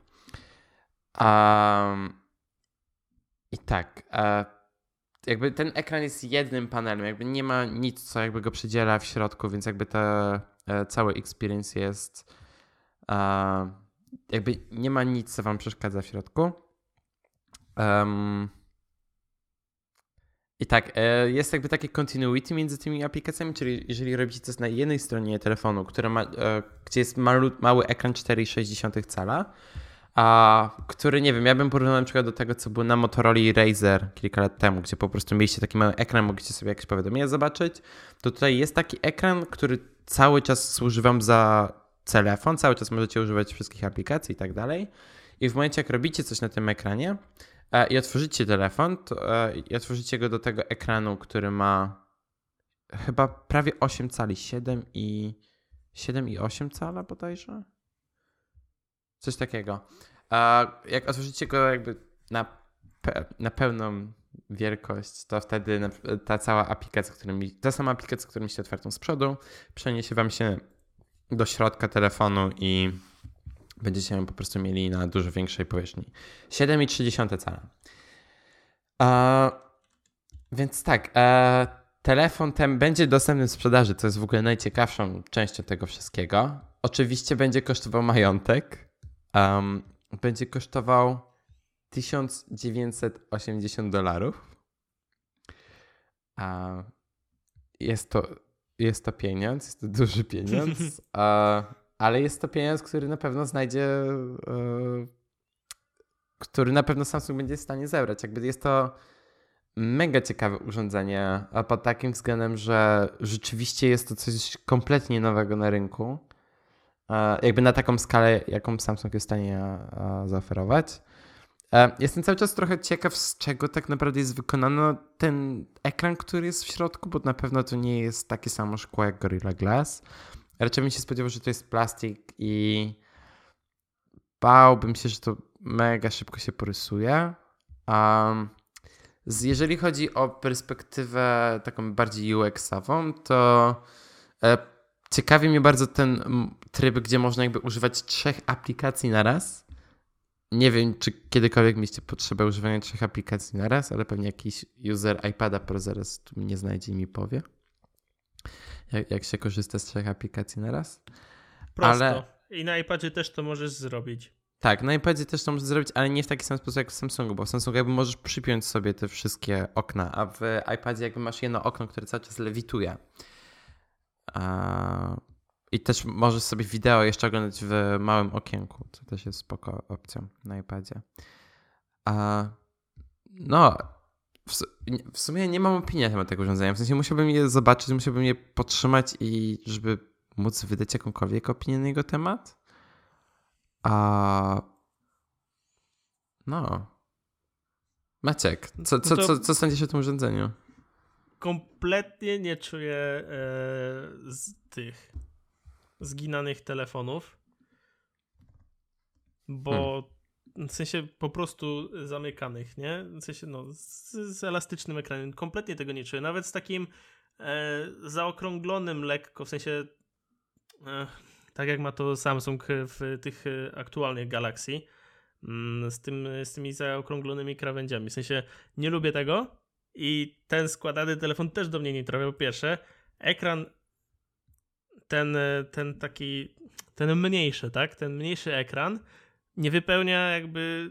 Um, I tak. Uh, jakby ten ekran jest jednym panelem, jakby nie ma nic, co jakby go przydziela w środku, więc jakby ten cały experience jest uh, jakby nie ma nic, co wam przeszkadza w środku. Um, I tak, jest jakby takie continuity między tymi aplikacjami, czyli jeżeli robicie coś na jednej stronie telefonu, która ma, gdzie jest malu, mały ekran cztery przecinek sześć cala, a który, nie wiem, ja bym porównał na przykład do tego, co było na Motorola Razr kilka lat temu, gdzie po prostu mieliście taki mały ekran, mogliście sobie jakieś powiadomienia zobaczyć, to tutaj jest taki ekran, który cały czas służy wam za telefon, cały czas możecie używać wszystkich aplikacji i tak dalej. I w momencie, jak robicie coś na tym ekranie e, i otworzycie telefon to, e, i otworzycie go do tego ekranu, który ma chyba prawie osiem cali, siedem i osiem cala bodajże? Coś takiego. E, jak otworzycie go jakby na, pe, na pełną wielkość, to wtedy na, ta cała aplikacja, która mi, ta sama aplikacja, która mieliście otwartą z przodu, przeniesie wam się do środka telefonu i będziecie ją po prostu mieli na dużo większej powierzchni. siedem przecinek trzy cala. E, więc tak, e, telefon ten będzie dostępny w sprzedaży, co jest w ogóle najciekawszą częścią tego wszystkiego. Oczywiście będzie kosztował majątek. Um, będzie kosztował tysiąc dziewięćset osiemdziesiąt dolarów. A jest to, jest to pieniądz, jest to duży pieniądz, a, ale jest to pieniądz, który na pewno znajdzie, e, który na pewno Samsung będzie w stanie zebrać. Jakby jest to mega ciekawe urządzenie, a pod takim względem, że rzeczywiście jest to coś kompletnie nowego na rynku. E, jakby na taką skalę, jaką Samsung jest w stanie e, zaoferować. Jestem cały czas trochę ciekaw, z czego tak naprawdę jest wykonano ten ekran, który jest w środku, bo na pewno to nie jest takie samo szkło jak Gorilla Glass. Raczej bym się spodziewał, że to jest plastik i bałbym się, że to mega szybko się porysuje. Um, jeżeli chodzi o perspektywę taką bardziej U X-ową, to e, ciekawi mnie bardzo ten tryb, gdzie można jakby używać trzech aplikacji na raz. Nie wiem, czy kiedykolwiek mieliście potrzebę używania trzech aplikacji na raz, ale pewnie jakiś user iPada Pro zaraz tu mnie znajdzie i mi powie, jak, jak się korzysta z trzech aplikacji na raz. Prosto. Ale... I na iPadzie też to możesz zrobić. Tak, na iPadzie też to możesz zrobić, ale nie w taki sam sposób jak w Samsungu, bo w Samsungu jakby możesz przypiąć sobie te wszystkie okna, a w iPadzie jakby masz jedno okno, które cały czas lewituje. A... I też możesz sobie wideo jeszcze oglądać w małym okienku, co też jest spoko opcją na iPadzie. A, no, w, w sumie nie mam opinii na temat tego urządzenia. W sensie musiałbym je zobaczyć, musiałbym je podtrzymać i żeby móc wydać jakąkolwiek opinię na jego temat. A no. Maciek, co, co, co, co sądzisz o tym urządzeniu? Kompletnie nie czuję e, z tych zginanych telefonów, bo hmm. w sensie po prostu zamykanych, nie? W sensie no z, z elastycznym ekranem. Kompletnie tego nie czuję. Nawet z takim e, zaokrąglonym lekko, w sensie e, tak jak ma to Samsung w tych aktualnych Galaxy, mm, z, tym, z tymi zaokrąglonymi krawędziami. W sensie nie lubię tego i ten składany telefon też do mnie nie trafia. Po pierwsze, ekran ten, ten taki, ten mniejszy, tak? Ten mniejszy ekran nie wypełnia jakby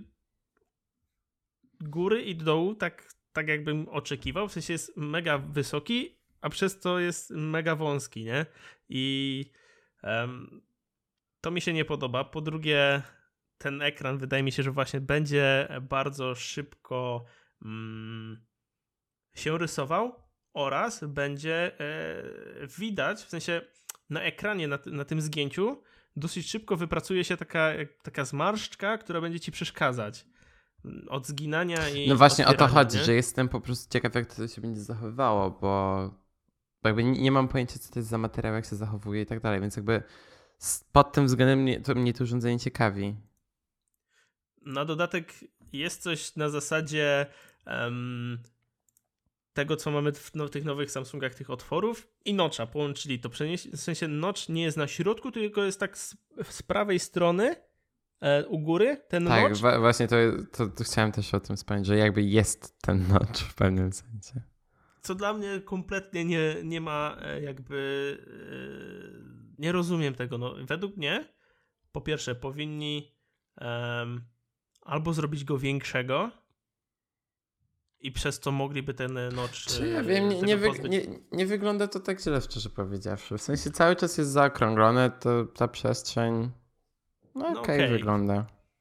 góry i dołu tak, tak jakbym oczekiwał. W sensie jest mega wysoki, a przez to jest mega wąski, nie? I um, to mi się nie podoba. Po drugie, ten ekran wydaje mi się, że właśnie będzie bardzo szybko mm, się rysował oraz będzie e, widać, w sensie na ekranie, na, na tym zgięciu dosyć szybko wypracuje się taka, taka zmarszczka, która będzie ci przeszkadzać od zginania i no właśnie o to chodzi, nie? że jestem po prostu ciekaw, jak to się będzie zachowywało, bo jakby nie, nie mam pojęcia, co to jest za materiał, jak się zachowuje i tak dalej, więc jakby pod tym względem mnie to, mnie to urządzenie ciekawi. Na dodatek jest coś na zasadzie um, tego, co mamy w no, tych nowych Samsungach, tych otworów i notcha. Połączyli to. W sensie notch nie jest na środku, tylko jest tak z, z prawej strony e, u góry ten tak, notch. Tak, właśnie to, to, to chciałem też o tym wspomnieć, że jakby jest ten notch w pewnym sensie. Co dla mnie kompletnie nie, nie ma jakby... E, nie rozumiem tego. No, według mnie po pierwsze powinni um, albo zrobić go większego i przez to mogliby ten notch... Czy ja wiem, nie, nie, wy, nie, nie wygląda to tak źle, szczerze powiedziawszy. W sensie cały czas jest zaokrąglone, to ta przestrzeń no, no okej okay, okay. wygląda.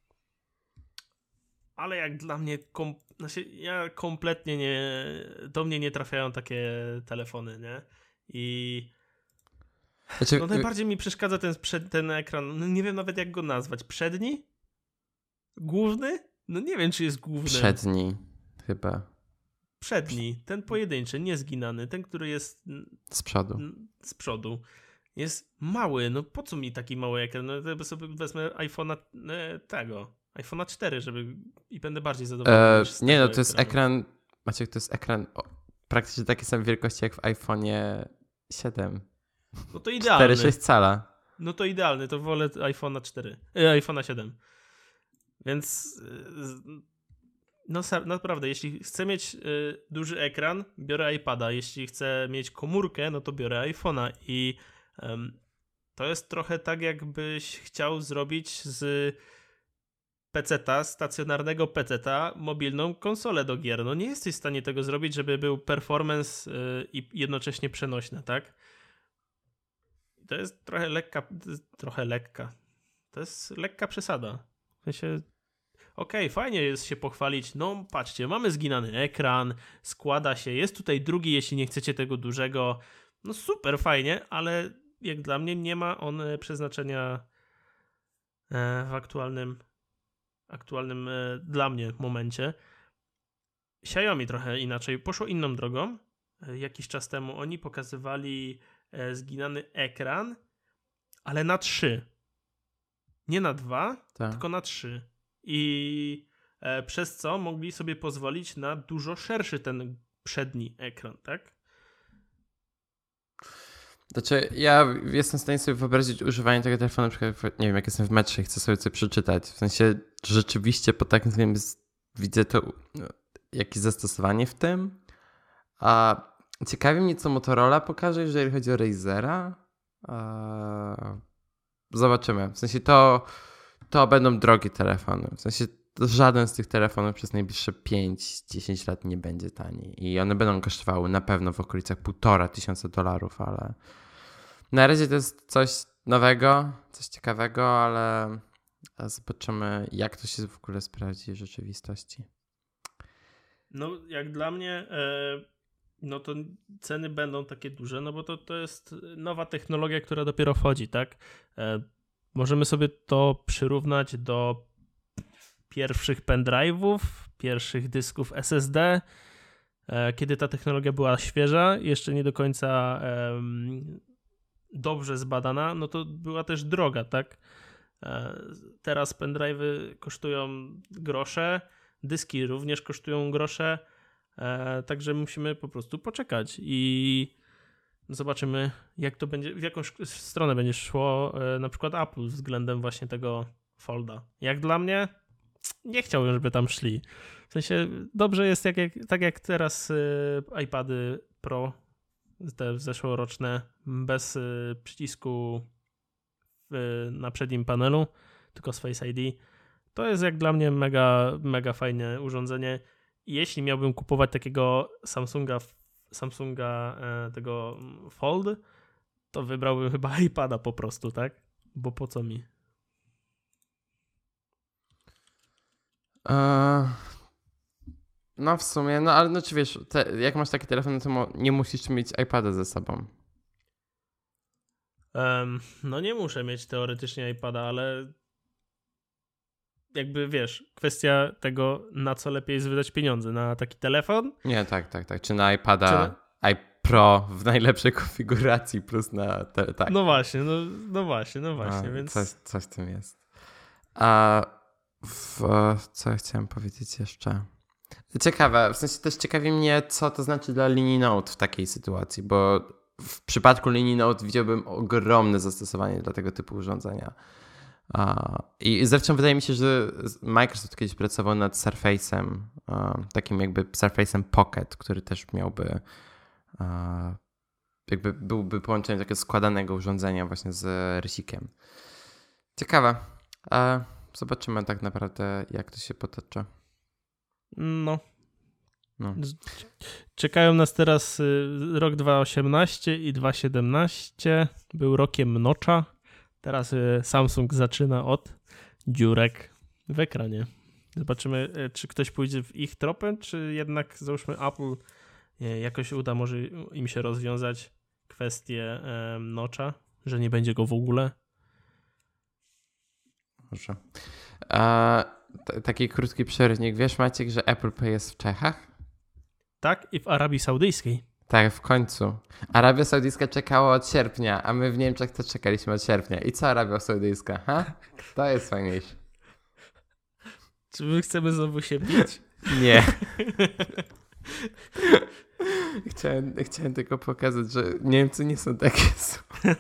Ale jak dla mnie, kom, znaczy ja kompletnie nie, do mnie nie trafiają takie telefony, nie? I znaczy, no najbardziej mi przeszkadza ten, ten ekran, no nie wiem nawet jak go nazwać, przedni? Główny? No nie wiem, czy jest główny. Przedni, chyba. Przedni, ten pojedynczy, niezginany, ten, który jest z przodu. Z przodu. Jest mały, no po co mi taki mały ekran? No to sobie wezmę iPhone'a tego, iPhone'a cztery, żeby i będę bardziej zadowolony. E, nie no, to jest ekran, Maciek, to jest ekran o, praktycznie takiej samej wielkości jak w iPhone'ie siedem. No to idealny. cztery sześć cala. No to idealny, to wolę iPhone'a cztery, e, iPhone'a siedem. Więc no naprawdę, jeśli chcę mieć y, duży ekran, biorę iPada. Jeśli chcę mieć komórkę, no to biorę iPhone'a i ym, to jest trochę tak, jakbyś chciał zrobić z peceta, stacjonarnego peceta, mobilną konsolę do gier. No nie jesteś w stanie tego zrobić, żeby był performance yy, i jednocześnie przenośny, tak? To jest trochę lekka, trochę lekka. To jest lekka przesada. W sensie, okej, okay, fajnie jest się pochwalić, no patrzcie, mamy zginany ekran, składa się, jest tutaj drugi, jeśli nie chcecie tego dużego, no super, fajnie, ale jak dla mnie nie ma on przeznaczenia w aktualnym aktualnym dla mnie momencie. Xiaomi trochę inaczej, poszło inną drogą. Jakiś czas temu oni pokazywali zginany ekran, ale na trzy. Nie na dwa, tak. tylko na trzy. I e, przez co mogli sobie pozwolić na dużo szerszy ten przedni ekran, tak? Znaczy, ja jestem w stanie sobie wyobrazić używanie tego telefonu, na przykład, nie wiem, jak jestem w metrze i chcę sobie coś przeczytać. W sensie, rzeczywiście po takim względzie widzę to, jakieś zastosowanie w tym. A ciekawi mnie, co Motorola pokaże, jeżeli chodzi o Razera. A... Zobaczymy. W sensie, to, to będą drogie telefony. W sensie, żaden z tych telefonów przez najbliższe pięć dziesięć lat nie będzie tani. I one będą kosztowały na pewno w okolicach półtora tysiąca dolarów, ale na razie to jest coś nowego, coś ciekawego, ale zobaczymy, jak to się w ogóle sprawdzi w rzeczywistości. No, jak dla mnie, no to ceny będą takie duże, no bo to, to jest nowa technologia, która dopiero wchodzi, tak? Możemy sobie to przyrównać do pierwszych pendrive'ów, pierwszych dysków S S D, kiedy ta technologia była świeża, jeszcze nie do końca um, dobrze zbadana, no to była też droga, tak? Teraz pendrive'y kosztują grosze, dyski również kosztują grosze, także musimy po prostu poczekać i zobaczymy, jak to będzie, w jaką stronę będzie szło na przykład Apple względem właśnie tego Folda. Jak dla mnie nie chciałbym, żeby tam szli. W sensie dobrze jest, jak, jak, tak jak teraz y, iPady Pro, te zeszłoroczne, bez y, przycisku y, na przednim panelu, tylko z Face I D. To jest jak dla mnie mega, mega fajne urządzenie. I jeśli miałbym kupować takiego Samsunga, Samsunga e, tego Fold, to wybrałbym chyba iPada po prostu, tak? Bo po co mi? Uh, no w sumie, no ale no czy wiesz, te, jak masz taki telefon, to mo- nie musisz mieć iPada ze sobą. Um, no nie muszę mieć teoretycznie iPada, ale jakby wiesz, kwestia tego, na co lepiej jest wydać pieniądze, na taki telefon? Nie, tak, tak, tak. Czy na iPada czy na... iPro w najlepszej konfiguracji plus na... Te, tak. No właśnie, no, no właśnie, no właśnie, no, więc... Coś, coś w tym jest. A w, co ja chciałem powiedzieć jeszcze? Ciekawe, w sensie też ciekawi mnie, co to znaczy dla linii Note w takiej sytuacji, bo w przypadku linii Note widziałbym ogromne zastosowanie dla tego typu urządzenia. Uh, I zresztą wydaje mi się, że Microsoft kiedyś pracował nad Surface'em, uh, takim jakby Surface'em Pocket, który też miałby uh, jakby byłby połączeniem takiego składanego urządzenia właśnie z rysikiem. Ciekawe. Uh, zobaczymy tak naprawdę, jak to się potoczy. No. no. Czekają nas teraz rok dwa tysiące osiemnasty i dwa tysiące siedemnasty. Był rokiem Notcha. Teraz Samsung zaczyna od dziurek w ekranie. Zobaczymy, czy ktoś pójdzie w ich tropem, czy jednak załóżmy Apple jakoś uda może im się rozwiązać kwestię Notcha, że nie będzie go w ogóle. Może. A, t- taki krótki przerywnik. Wiesz, Maciek, że Apple Pay jest w Czechach? Tak, i w Arabii Saudyjskiej. Tak, w końcu. Arabia Saudyjska czekała od sierpnia, a my w Niemczech też czekaliśmy od sierpnia. I co Arabia Saudyjska? Ha? To jest fajniejsze. Czy my chcemy znowu się bić? Nie. chciałem, chciałem tylko pokazać, że Niemcy nie są takie słabe.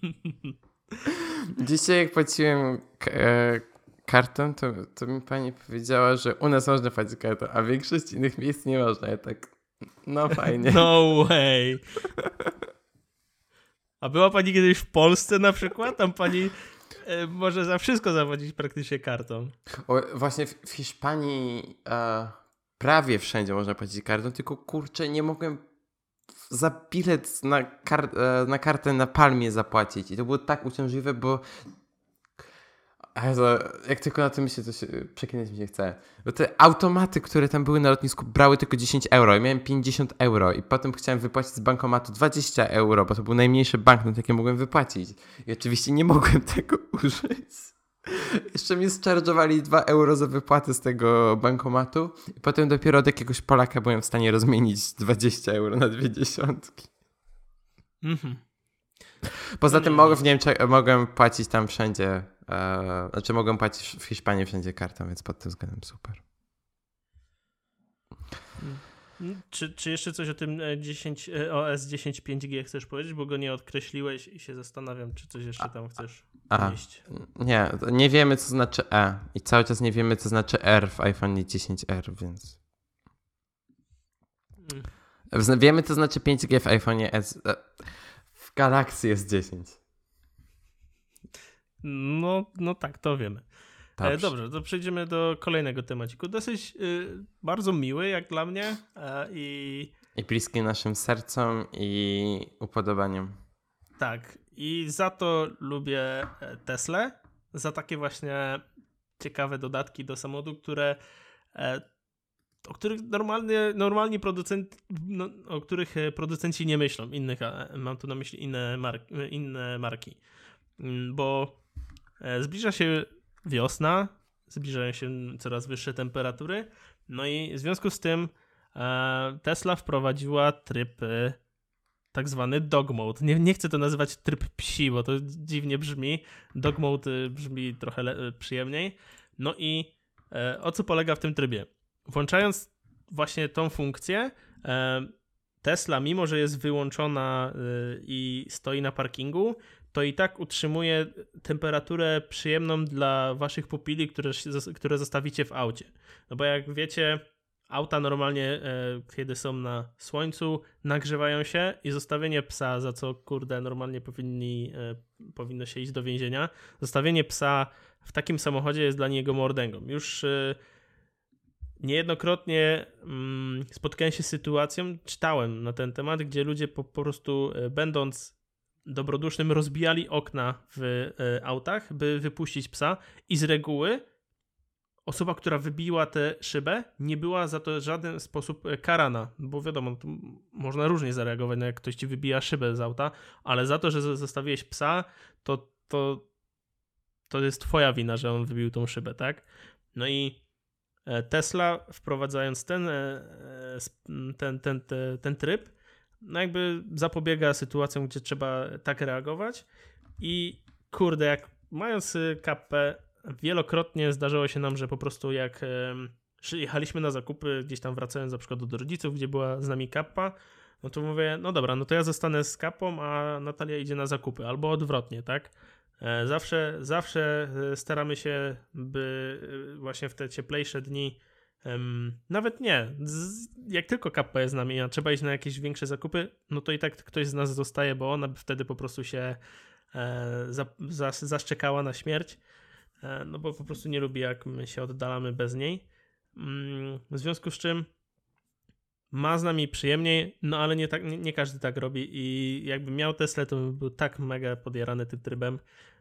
Dzisiaj jak płaciłem k- kartą, to, to mi pani powiedziała, że u nas można płacić kartą, a w większości innych miejsc nie można. Ja tak... No fajnie. No way. A była pani kiedyś w Polsce na przykład? Tam pani Może za wszystko zapłacić praktycznie kartą. O, właśnie w, w Hiszpanii e, prawie wszędzie można płacić kartą, tylko kurczę, nie mogłem za bilet na, kar- e, na kartę na Palmie zapłacić. I to było tak uciążliwe, bo Jezu, jak tylko na tym myślę, to się przeklinać mi się chce. Bo te automaty, które tam były na lotnisku, brały tylko dziesięć euro. Ja miałem pięćdziesiąt euro i potem chciałem wypłacić z bankomatu dwadzieścia euro, bo to był najmniejszy banknot, jaki mogłem wypłacić. I oczywiście nie mogłem tego użyć. Jeszcze mnie zcharge'owali dwa euro za wypłatę z tego bankomatu i potem dopiero od jakiegoś Polaka byłem w stanie rozmienić dwadzieścia euro na dwie dziesiątki. Mhm. Poza no tym mogłem w Niemczech, mogłem płacić tam wszędzie, e, znaczy mogłem płacić w Hiszpanii wszędzie kartą, więc pod tym względem super. Czy, czy jeszcze coś o tym dziesięć, o S dziesięć pięć G chcesz powiedzieć, bo go nie odkreśliłeś i się zastanawiam, czy coś jeszcze tam chcesz wnieść. Nie, nie wiemy co znaczy E i cały czas nie wiemy co znaczy R w iPhone dziesięć R, więc... Hmm. Wiemy co znaczy pięć G w iPhone S... w Galaxy S dziesięć. No, no tak, to wiemy. Dobrze. E, dobrze, to przejdziemy do kolejnego temaciku. Dosyć y, bardzo miły jak dla mnie e, i... I bliski naszym sercom i upodobaniom. Tak, i za to lubię Teslę, za takie właśnie ciekawe dodatki do samochodu, które e, o których normalnie, normalni producenci, no, o których producenci nie myślą, innych, mam tu na myśli inne, mark, inne marki, bo zbliża się wiosna, zbliżają się coraz wyższe temperatury, no i w związku z tym e, Tesla wprowadziła tryb e, tak zwany dog mode. Nie, nie chcę to nazywać tryb psi, bo to dziwnie brzmi. Dog mode brzmi trochę le- przyjemniej. No i e, o co polega w tym trybie? Włączając właśnie tą funkcję, e, Tesla, mimo że jest wyłączona e, i stoi na parkingu, to i tak utrzymuje temperaturę przyjemną dla waszych pupili, które, które zostawicie w aucie. No bo jak wiecie, auta normalnie, e, kiedy są na słońcu, nagrzewają się i zostawienie psa, za co kurde normalnie powinni, e, powinno się iść do więzienia, zostawienie psa w takim samochodzie jest dla niego mordęgą. Już e, niejednokrotnie mm, spotkałem się z sytuacją, czytałem na ten temat, gdzie ludzie po, po prostu e, będąc dobrodusznym rozbijali okna w e, autach, by wypuścić psa i z reguły osoba, która wybiła tę szybę, nie była za to w żaden sposób karana, bo wiadomo, można różnie zareagować, no jak ktoś ci wybija szybę z auta, ale za to, że zostawiłeś psa, to, to, to jest twoja wina, że on wybił tą szybę, tak? No i Tesla, wprowadzając ten, ten, ten, ten, ten tryb, no jakby zapobiega sytuacjom, gdzie trzeba tak reagować i kurde, jak mając kapę, wielokrotnie zdarzało się nam, że po prostu jak e, jechaliśmy na zakupy, gdzieś tam wracając na przykład do rodziców, gdzie była z nami kappa, no to mówię, no dobra, no to ja zostanę z kapą, a Natalia idzie na zakupy, albo odwrotnie, tak? E, zawsze, zawsze staramy się, by właśnie w te cieplejsze dni, em, nawet nie, z, jak tylko kappa jest z nami, a trzeba iść na jakieś większe zakupy, no to i tak ktoś z nas zostaje, bo ona by wtedy po prostu się e, za, za, zaszczekała na śmierć. No bo po prostu nie lubi, jak my się oddalamy bez niej. W związku z czym ma z nami przyjemniej, no ale nie, tak, nie, nie każdy tak robi i jakbym miał Teslę, to bym był tak mega podjarany tym trybem.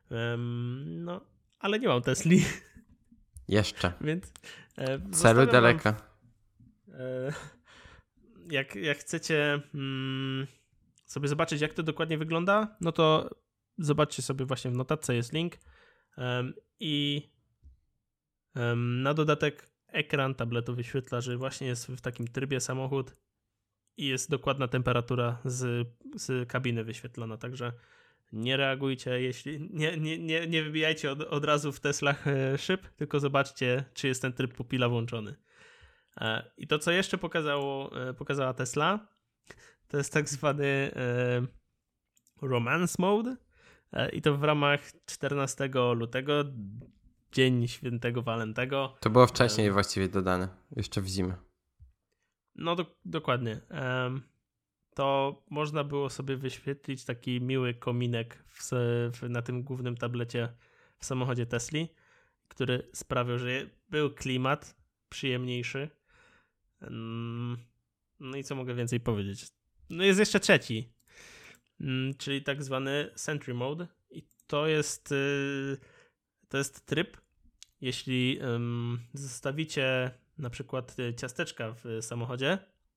No, ale nie mam Tesli. Jeszcze. Więc e, celu daleka. Wam, e, jak, jak chcecie mm, sobie zobaczyć, jak to dokładnie wygląda, no to zobaczcie sobie właśnie w notatce jest link. Um, I um, na dodatek ekran tabletu wyświetla, że właśnie jest w takim trybie samochód i jest dokładna temperatura z, z kabiny wyświetlona, także nie reagujcie, jeśli nie, nie, nie, nie wybijajcie od, od razu w Teslach e, szyb, tylko zobaczcie, czy jest ten tryb pupila włączony. E, I to, co jeszcze pokazało, e, pokazała Tesla, to jest tak zwany e, romance mode. I to w ramach czternastego lutego, Dzień Świętego Walentego. To było wcześniej um, właściwie dodane, jeszcze w zimę. No do, dokładnie. Um, to można było sobie wyświetlić taki miły kominek w, w, na tym głównym tablecie w samochodzie Tesli, który sprawiał, że był klimat przyjemniejszy. No i co mogę więcej powiedzieć? No jest jeszcze trzeci, czyli tak zwany Sentry Mode i to jest to jest tryb, jeśli zostawicie na przykład ciasteczka w samochodzie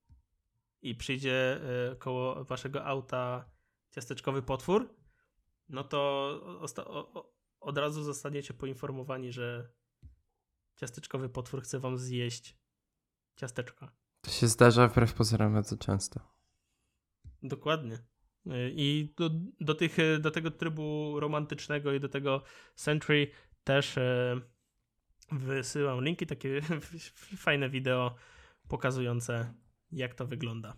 i przyjdzie koło waszego auta ciasteczkowy potwór, no to osta- o, od razu zostaniecie poinformowani, że ciasteczkowy potwór chce wam zjeść ciasteczka. To się zdarza wbrew pozorom bardzo często. Dokładnie. I do, do, tych, do tego trybu romantycznego i do tego Sentry też e, wysyłam linki, takie fajne wideo pokazujące, jak to wygląda.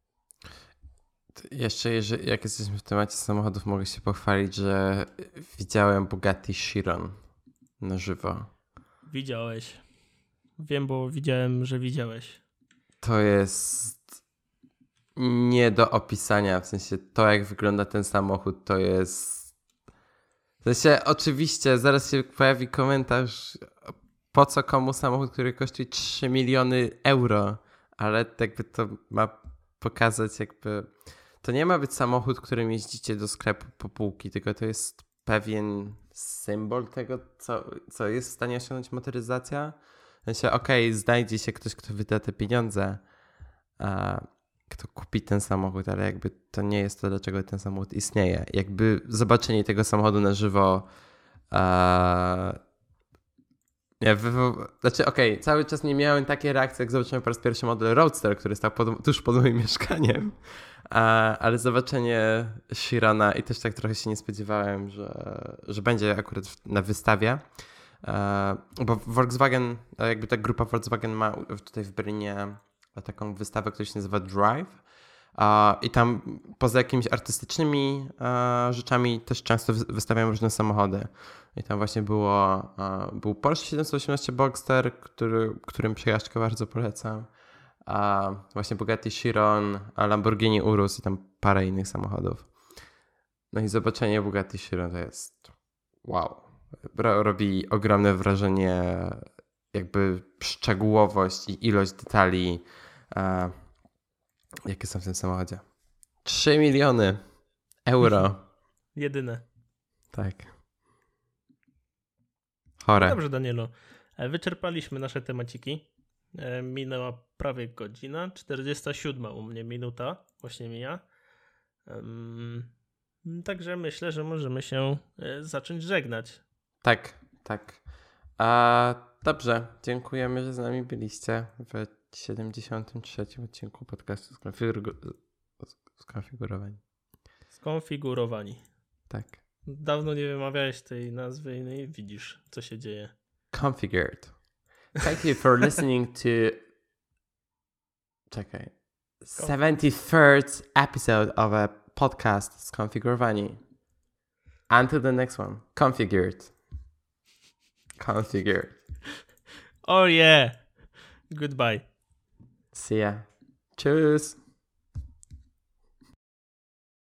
Jeszcze, jeżeli, jak jesteśmy w temacie samochodów, mogę się pochwalić, że widziałem Bugatti Chiron na żywo. Widziałeś. Wiem, bo widziałem, że widziałeś. To jest nie do opisania, w sensie to, jak wygląda ten samochód, to jest... W sensie oczywiście zaraz się pojawi komentarz, po co komu samochód, który kosztuje trzy miliony euro, ale jakby to ma pokazać jakby... To nie ma być samochód, którym jeździcie do sklepu po półki, tylko to jest pewien symbol tego, co, co jest w stanie osiągnąć motoryzacja. W sensie, okej, okay, znajdzie się ktoś, kto wyda te pieniądze, a, kto kupi ten samochód, ale jakby to nie jest to, dlaczego ten samochód istnieje. Jakby zobaczenie tego samochodu na żywo... A, nie, wy, wy, znaczy okej, okay, cały czas nie miałem takiej reakcji, jak zobaczyłem po raz pierwszy model Roadster, który stał pod, tuż pod moim mieszkaniem. A, ale zobaczenie Chirona i też tak trochę się nie spodziewałem, że, że będzie akurat na wystawie. A, bo Volkswagen, jakby ta grupa Volkswagen ma tutaj w Berlinie taką wystawę, która się nazywa Drive. A, I tam poza jakimiś artystycznymi a, rzeczami też często wystawiają różne samochody. I tam właśnie było, a, był Porsche siedemset osiemnaście Boxster, który, którym przejażdżkę bardzo polecam. A właśnie Bugatti Chiron, a Lamborghini Urus i tam parę innych samochodów. No i zobaczenie Bugatti Chiron to jest wow. Robi ogromne wrażenie, jakby szczegółowość i ilość detali, a, jakie są w tym samochodzie. trzy miliony euro. Jedyne. Tak. Chore. No dobrze, Danielu. Wyczerpaliśmy nasze temaciki. Minęła prawie godzina, czterdziesta siódma u mnie minuta właśnie mija. Um, także myślę, że możemy się zacząć żegnać. Tak, tak. A, dobrze, dziękujemy, że z nami byliście w siedemdziesiątym trzecim odcinku podcastu Skonfigur- Skonfigurowani. Skonfigurowani. Tak. Dawno nie wymawiałeś tej nazwy, no i widzisz, co się dzieje. Configured. Thank you for listening to czekaj, seventy-third episode of a podcast Skonfigurowani. Until the next one. Configured. Configured. Oh yeah. Goodbye. See ya. Tschüss.